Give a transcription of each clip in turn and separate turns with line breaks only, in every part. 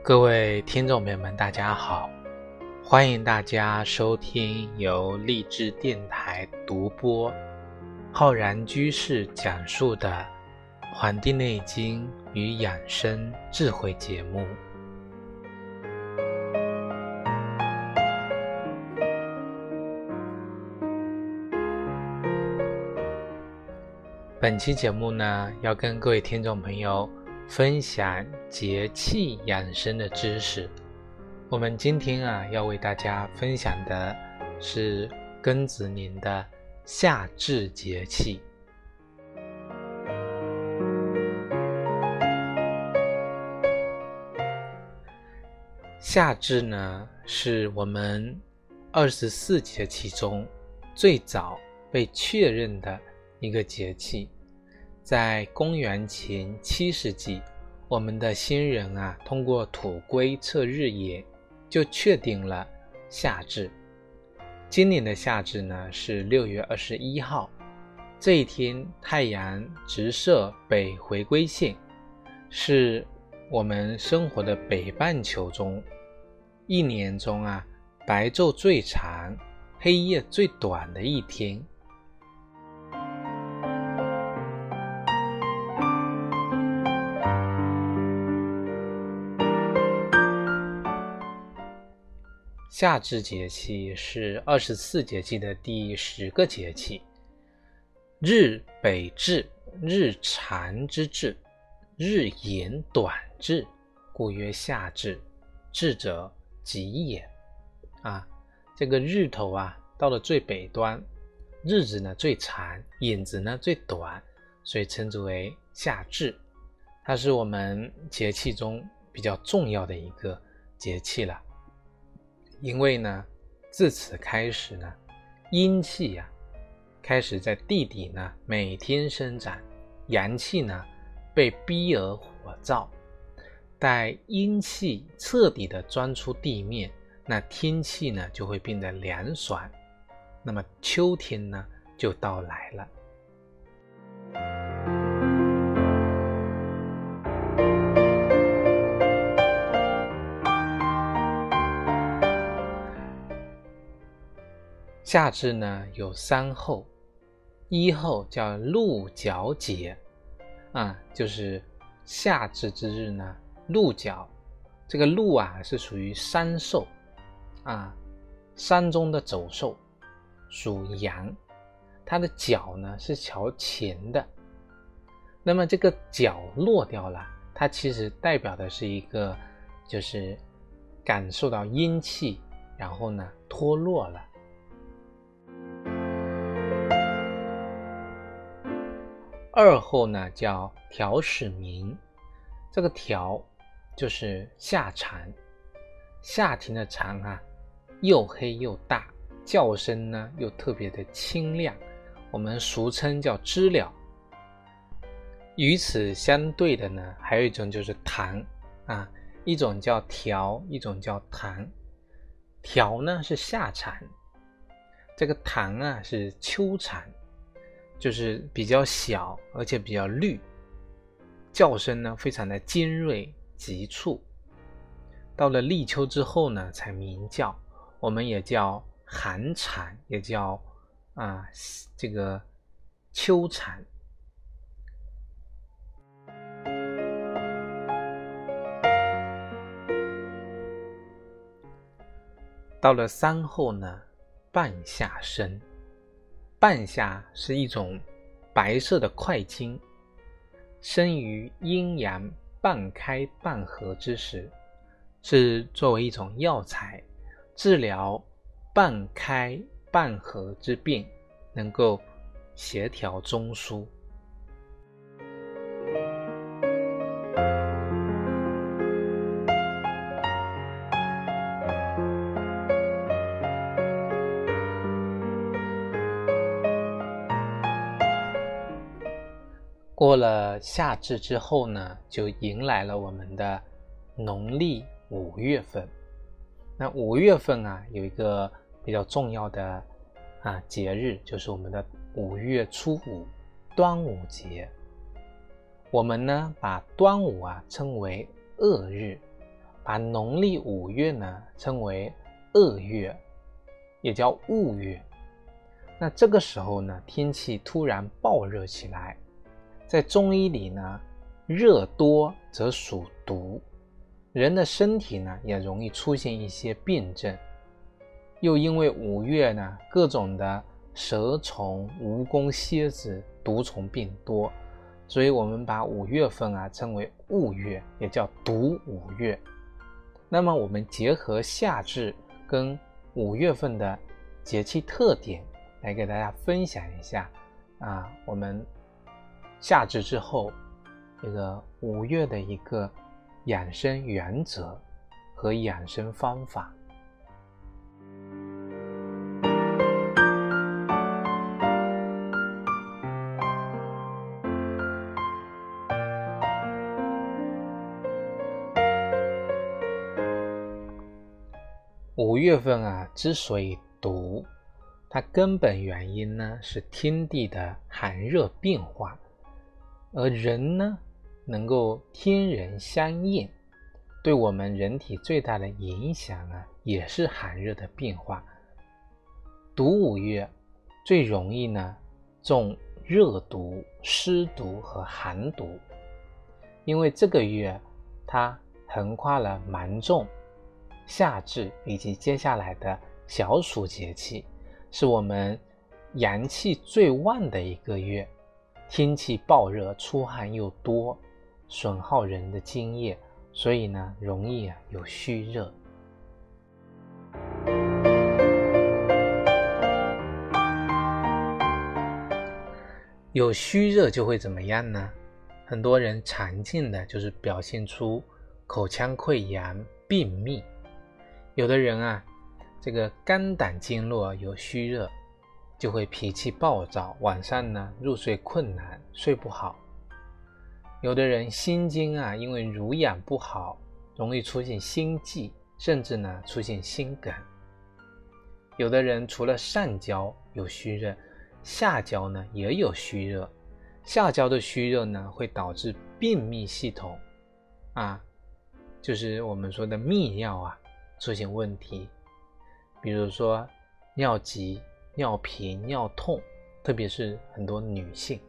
各位听众朋友们，大家好，欢迎大家收听由励志电台独播、浩然居士讲述的《黄帝内经与养生智慧》节目。本期节目呢，要跟各位听众朋友分享节气养生的知识。我们今天要为大家分享的是庚子年的夏至节气。夏至呢，是我们24节气中最早被确认的一个节气。在公元前7世纪，我们的先人通过土圭测日野，就确定了夏至。今年的夏至呢是6月21号，这一天太阳直射北回归线，是我们生活的北半球中一年中白昼最长、黑夜最短的一天。夏至节气是24节气的第10个节气，日北至，日长之至，日延短至，故曰夏至。至者极也。这个日头到了最北端，日子呢最长，影子呢最短，所以称之为夏至。它是我们节气中比较重要的一个节气了。因为呢，自此开始呢，阴气开始在地底呢每天生长，阳气呢被逼而火燥。待阴气彻底的钻出地面，那天气呢就会变得凉爽，那么秋天呢就到来了。夏至呢有3候，一候叫鹿角节，就是夏至之日呢，鹿角，这个鹿是属于山兽，山中的走兽，属阳，它的角呢是朝前的。那么这个角落掉了，它其实代表的是一个，就是感受到阴气，然后呢脱落了。2候呢叫条始鸣，这个条就是夏蝉，夏天的蝉又黑又大，叫声呢又特别的清亮，我们俗称叫知了。与此相对的呢，还有一种就是弹一种叫条，一种叫弹。条呢是夏蝉，这个弹是秋蝉，就是比较小而且比较绿，叫声呢非常的尖锐急促。到了立秋之后呢才鸣叫，我们也叫寒蝉，也叫这个秋蝉。到了3候呢，半夏生。半夏是一种白色的块茎，生于阴阳半开半合之时，是作为一种药材，治疗半开半合之病，能够协调中枢。过了夏至之后呢，就迎来了我们的农历5月份。那5月份有一个比较重要的节日，就是我们的5月初5，端午节。我们呢把端午称为恶日， 把农历5月呢称为恶月，也叫戊月。那这个时候呢，天气突然暴热起来，在中医里呢，热多则属毒，人的身体呢也容易出现一些病症。又因为5月呢，各种的蛇虫、蜈蚣、蝎子、毒虫病多，所以我们把5月份称为戊月，也叫毒5月。那么我们结合夏至跟5月份的节气特点来给大家分享一下我们夏至之后这个5月的一个养生原则和养生方法。5月份之所以毒，它根本原因呢是天地的寒热变化，而人呢能够天人相应，对我们人体最大的影响也是寒热的变化。毒5月最容易呢中热毒、湿毒和寒毒，因为这个月它横跨了芒种、夏至以及接下来的小暑节气，是我们阳气最旺的一个月，天气暴热，出汗又多，损耗人的津液，所以呢容易有虚热。有虚热就会怎么样呢？很多人常见的就是表现出口腔溃疡、便秘。有的人这个肝胆经络有虚热，就会脾气暴躁，晚上呢入睡困难，睡不好。有的人心经因为濡养不好，容易出现心悸，甚至呢出现心梗。有的人除了上焦有虚热，下焦呢也有虚热。下焦的虚热呢会导致便秘系统就是我们说的泌尿出现问题，比如说尿急、尿频、尿痛，特别是很多女性。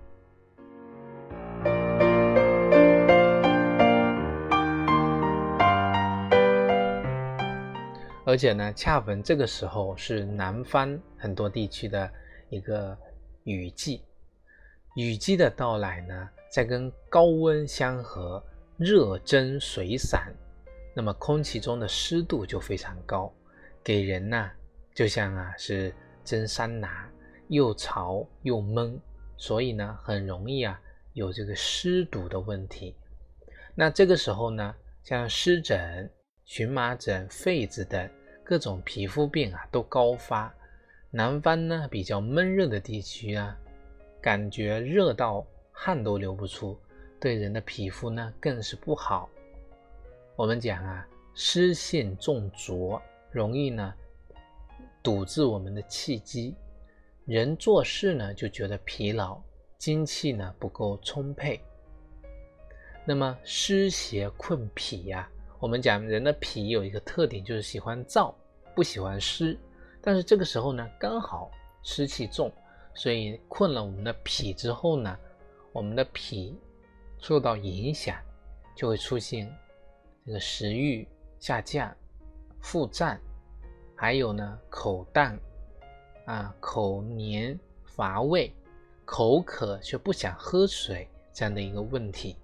而且呢，恰逢这个时候是南方很多地区的一个雨季，雨季的到来呢，再跟高温相合，热蒸水散，那么空气中的湿度就非常高，给人就像是蒸桑拿，又潮又闷，所以呢很容易有这个湿毒的问题。那这个时候呢，像湿疹、荨麻疹、痱子等各种皮肤病都高发。南方呢比较闷热的地区感觉热到汗都流不出，对人的皮肤呢更是不好。我们讲湿性重浊，容易呢堵滞我们的气机，人做事呢就觉得疲劳，精气呢不够充沛。那么湿邪困脾我们讲人的脾有一个特点，就是喜欢燥，不喜欢湿，但是这个时候呢刚好湿气重，所以困了我们的脾之后呢，我们的脾受到影响，就会出现这个食欲下降、腹胀，还有呢口淡口黏乏味、口渴却不想喝水这样的一个问题。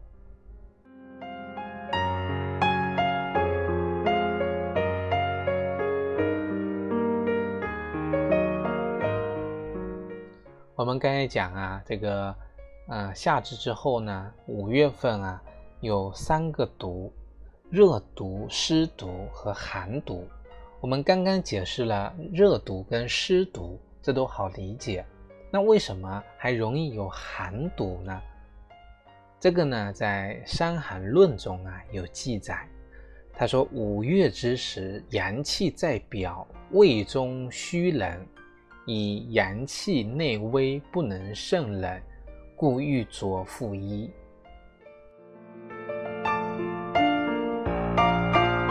我们刚才讲这个夏至之后呢，5月份有3个毒，热毒、湿毒和寒毒。我们刚刚解释了热毒跟湿毒，这都好理解。那为什么还容易有寒毒呢？这个呢在《伤寒论》中有记载，他说5月之时，阳气在表，胃中虚冷，以阳气内微，不能胜冷，故欲着负衣。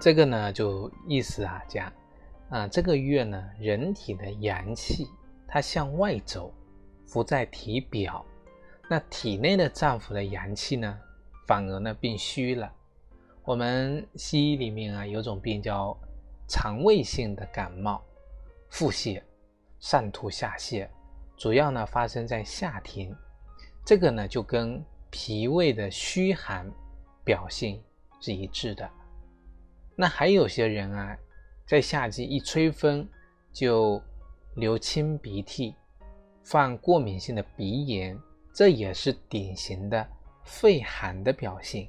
这个呢就意思讲这个月呢人体的阳气它向外走，浮在体表，那体内的脏腑的阳气呢反而呢变虚了。我们西医里面有种病叫肠胃性的感冒、腹泻、上吐下泻，主要呢发生在夏天，这个呢就跟脾胃的虚寒表现是一致的。那还有些人在夏季一吹风就流清鼻涕，犯过敏性的鼻炎，这也是典型的肺寒的表现。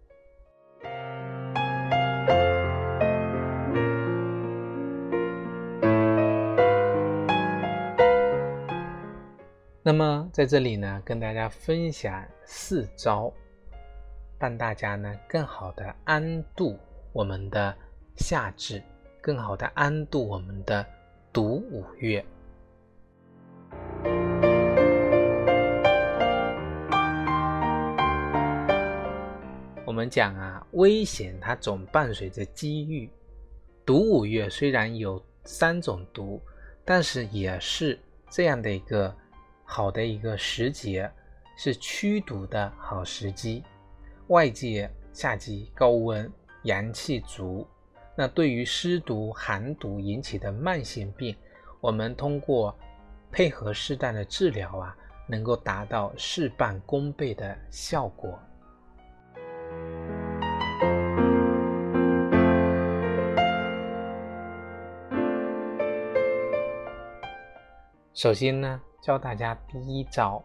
那么在这里呢，跟大家分享4招，让大家呢更好的安度我们的夏至，更好的安度我们的读5月。我们讲危险它总伴随着机遇，读5月虽然有3种读，但是也是这样的一个好的一个时节，是驱毒的好时机。外界夏季高温，阳气足，那对于湿毒、寒毒引起的慢性病，我们通过配合适当的治疗能够达到事半功倍的效果。首先呢，教大家第1招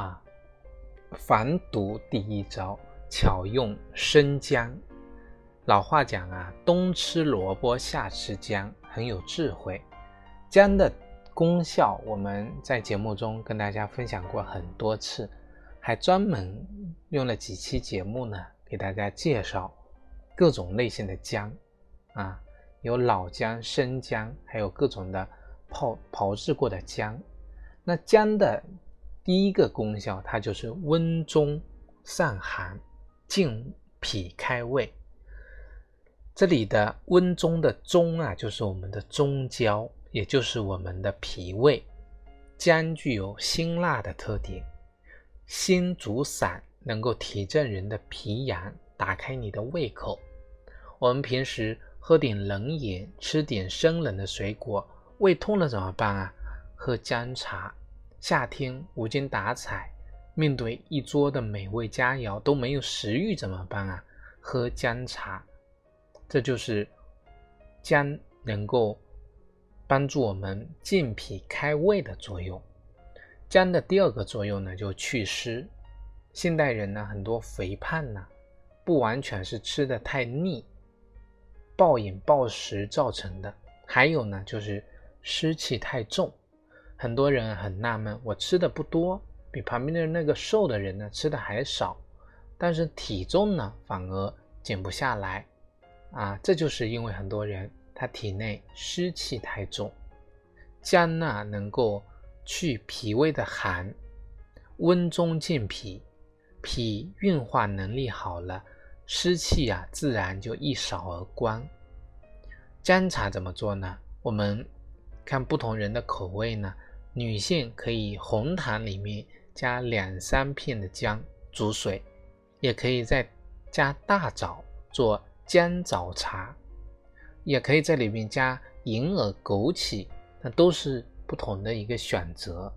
防毒第1招，巧用生姜。老话讲冬吃萝卜夏吃姜，很有智慧。姜的功效我们在节目中跟大家分享过很多次，还专门用了几期节目呢给大家介绍各种类型的姜有老姜、生姜，还有各种的炮制过的姜。那姜的第1个功效，它就是温中散寒，健脾开胃。这里的温中的中就是我们的中焦，也就是我们的脾胃。姜具有辛辣的特点，辛主散，能够提振人的脾阳，打开你的胃口。我们平时喝点冷饮，吃点生冷的水果，胃痛了怎么办喝姜茶。夏天无精打采，面对一桌的美味佳肴都没有食欲怎么办喝姜茶。这就是姜能够帮助我们健脾开胃的作用。姜的第2个作用呢，就祛湿。现代人呢，很多肥胖不完全是吃的太腻、暴饮暴食造成的，还有呢就是湿气太重。很多人很纳闷，我吃的不多，比旁边的那个瘦的人呢吃的还少，但是体重呢反而减不下来这就是因为很多人他体内湿气太重。姜能够去脾胃的寒，温中健脾，脾运化能力好了，湿气自然就一扫而光。姜茶怎么做呢？我们看不同人的口味呢，女性可以红糖里面加2-3片的姜煮水，也可以再加大枣做姜枣茶，也可以在里面加银耳、枸杞，那都是不同的一个选择。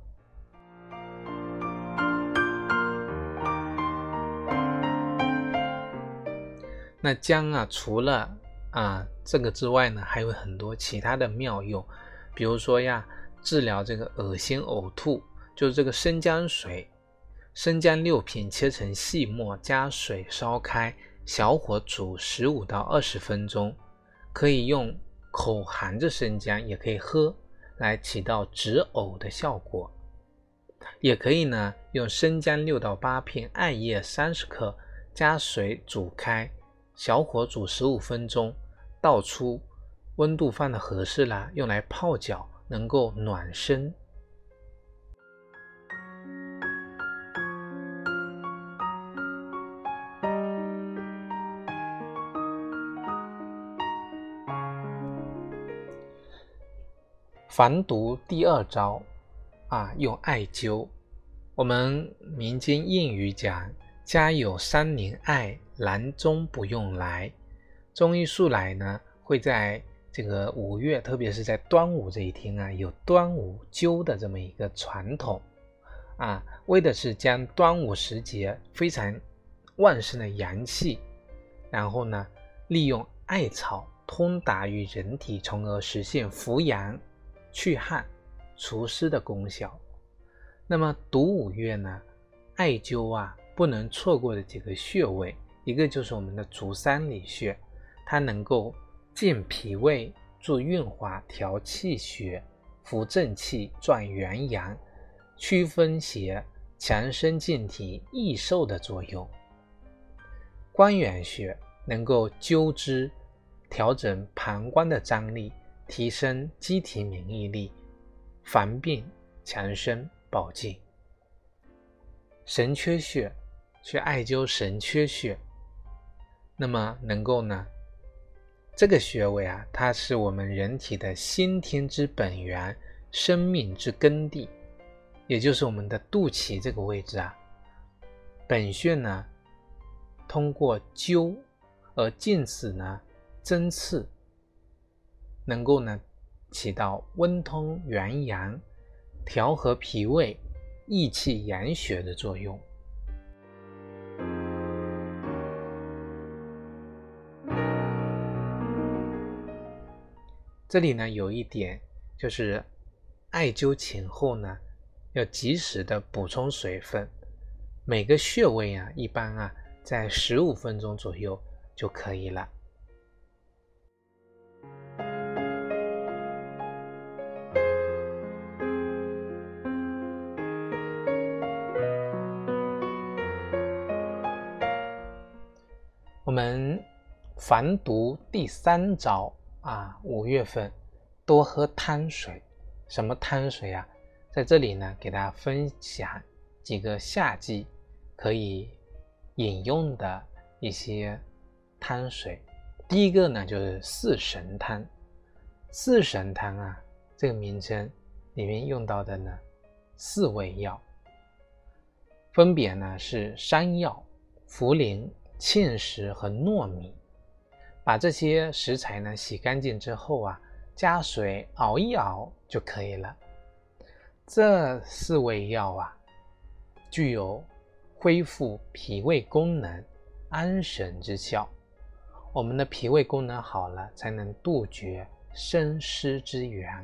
那姜除了这个之外呢，还有很多其他的妙用，比如说治疗这个恶心呕吐，就是这个生姜水，生姜6片切成细末，加水烧开，小火煮15到20分钟，可以用口含着生姜，也可以喝，来起到止呕的效果。也可以呢用生姜6到8片，艾叶30克，加水煮开，小火煮15分钟，倒出，温度放的合适啦，用来泡脚，能够暖身。 防毒第2招用艾灸。我们民间谚语讲，家有3年艾，郎中不用来。中医素来呢，会在这个5月，特别是在端午这一天有端午灸的这么一个传统为的是将端午时节非常旺盛的阳气，然后呢，利用艾草通达于人体，从而实现扶阳、去汗、除湿的功效。那么读5月呢，艾灸不能错过的几个穴位，一个就是我们的足三里穴，它能够健脾胃、助运化、调气血、扶正气、壮元阳、祛风邪、强身健体、益寿的作用。关元穴能够灸之，调整膀胱的张力，提升机体免疫力，防病强身保健。神阙穴去艾灸神阙穴，那么能够呢，这个穴位它是我们人体的先天之本源，生命之根地，也就是我们的肚脐这个位置本穴呢，通过灸而进此呢针刺，能够呢起到温通元阳、调和脾胃、益气养血的作用。这里呢有一点，就是艾灸前后呢要及时的补充水分，每个穴位一般在15分钟左右就可以了。我们防毒第3招5月份多喝汤水。什么汤水在这里呢给大家分享几个夏季可以饮用的一些汤水。第一个呢就是四神汤。四神汤这个名称里面用到的呢4味药，分别呢是山药、茯苓、芡实和糯米。把这些食材呢洗干净之后加水熬一熬就可以了。这4味药具有恢复脾胃功能、安神之效。我们的脾胃功能好了，才能杜绝生湿之源。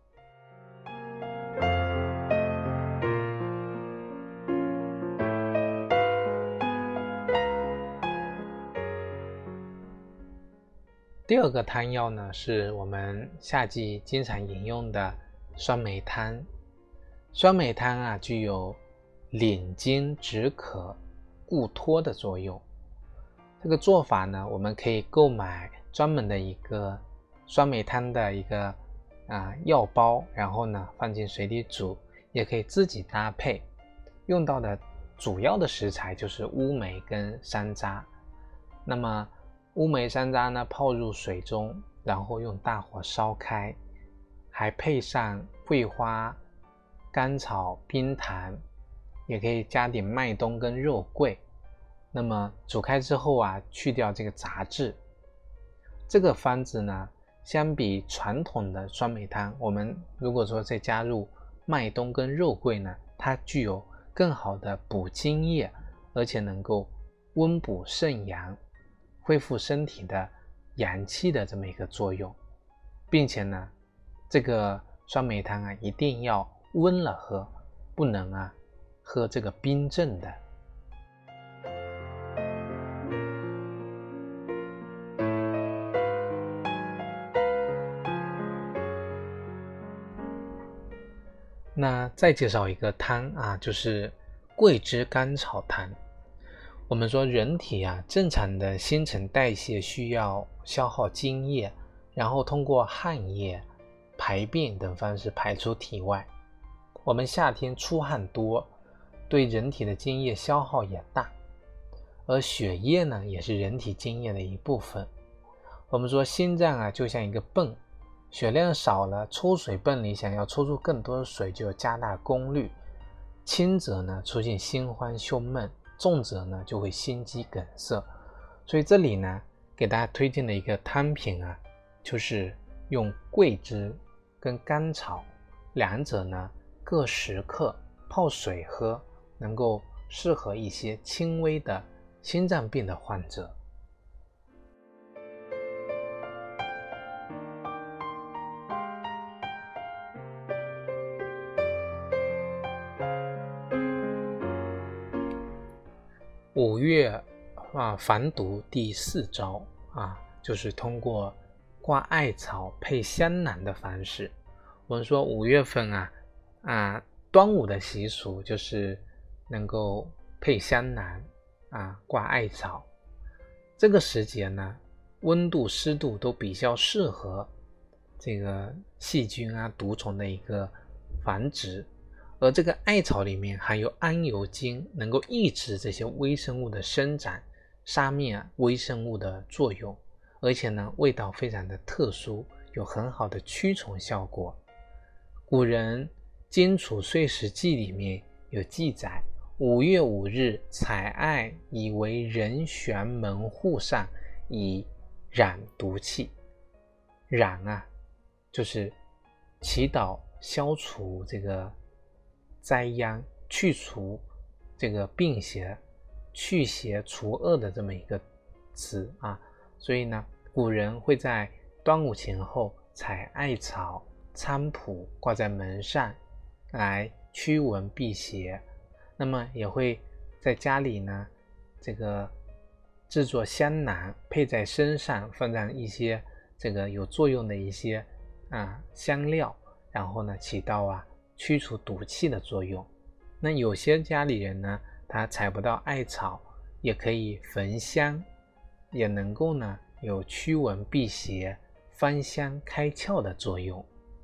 第2个汤药呢，是我们夏季经常饮用的酸梅汤。酸梅汤具有敛津止渴、固脱的作用。这个做法呢，我们可以购买专门的一个酸梅汤的一个药包，然后呢放进水里煮，也可以自己搭配。用到的主要的食材就是乌梅跟山楂。那么乌梅、山楂呢泡入水中，然后用大火烧开，还配上桂花、甘草、冰糖，也可以加点麦冬跟肉桂。那么煮开之后去掉这个杂质。这个方子呢，相比传统的酸梅汤，我们如果说再加入麦冬跟肉桂呢，它具有更好的补津液，而且能够温补肾阳，恢复身体的阳气的这么一个作用。并且呢，这个酸梅汤一定要温了喝，不能喝这个冰镇的。那再介绍一个汤就是桂枝甘草汤。我们说人体正常的新陈代谢需要消耗津液，然后通过汗液、排便等方式排出体外。我们夏天出汗多，对人体的津液消耗也大，而血液呢也是人体津液的一部分。我们说心脏就像一个泵， 血量少了，抽水泵里想要抽出更多的水，就要加大功率。轻则呢出现心慌胸闷，重则呢就会心肌梗塞。所以这里呢给大家推荐的一个汤品啊，就是用桂枝跟甘草两者呢各10克泡水喝，能够适合一些轻微的心脏病的患者。5月防毒第4招就是通过挂艾草配香囊的方式。我们说5月份端午的习俗就是能够配香囊挂艾草。这个时节呢，温度湿度都比较适合这个细菌毒虫的一个繁殖。而这个艾草里面含有桉油精，能够抑制这些微生物的生长，杀灭微生物的作用，而且呢味道非常的特殊，有很好的驱虫效果。古人《荆楚岁时记》里面有记载，5月5日采艾以为人玄门户上，以攘毒气。攘就是祈祷消除这个灾殃，去除这个病邪，去邪除恶的这么一个词所以呢古人会在端午前后采艾草、菖蒲挂在门上来驱蚊辟邪。那么也会在家里呢这个制作香囊配在身上，放上一些这个有作用的一些香料，然后呢起到驱除毒气的作用。那有些家里人呢他采不到艾草，也可以焚香，也能够呢有驱蚊辟邪、芳香开窍的作用。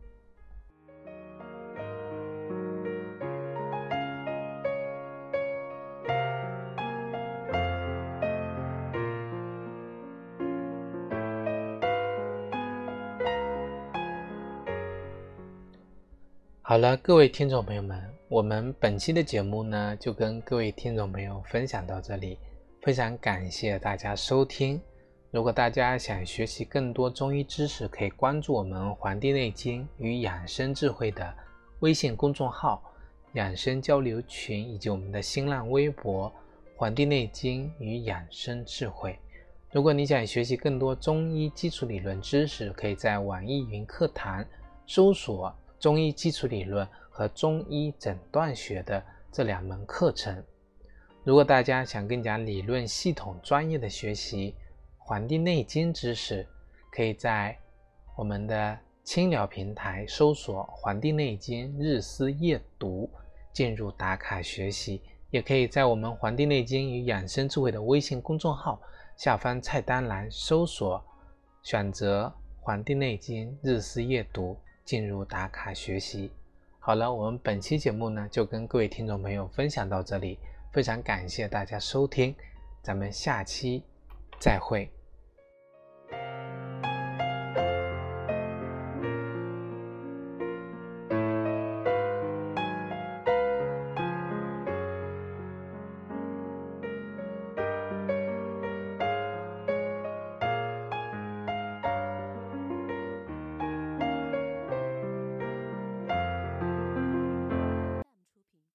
好了，各位听众朋友们，我们本期的节目呢就跟各位听众朋友分享到这里，非常感谢大家收听。如果大家想学习更多中医知识，可以关注我们《黄帝内经与养生智慧》的微信公众号、养生交流群，以及我们的新浪微博《黄帝内经与养生智慧》。如果你想学习更多中医基础理论知识，可以在网易云课堂搜索中医基础理论和中医诊断学的这2门课程。如果大家想更加理论系统专业的学习《黄帝内经》知识，可以在我们的轻聊平台搜索《黄帝内经日思夜读》进入打卡学习，也可以在我们《黄帝内经与养生智慧》的微信公众号下方菜单栏搜索选择《黄帝内经日思夜读》进入打卡学习。好了，我们本期节目呢就跟各位听众朋友分享到这里，非常感谢大家收听，咱们下期再会。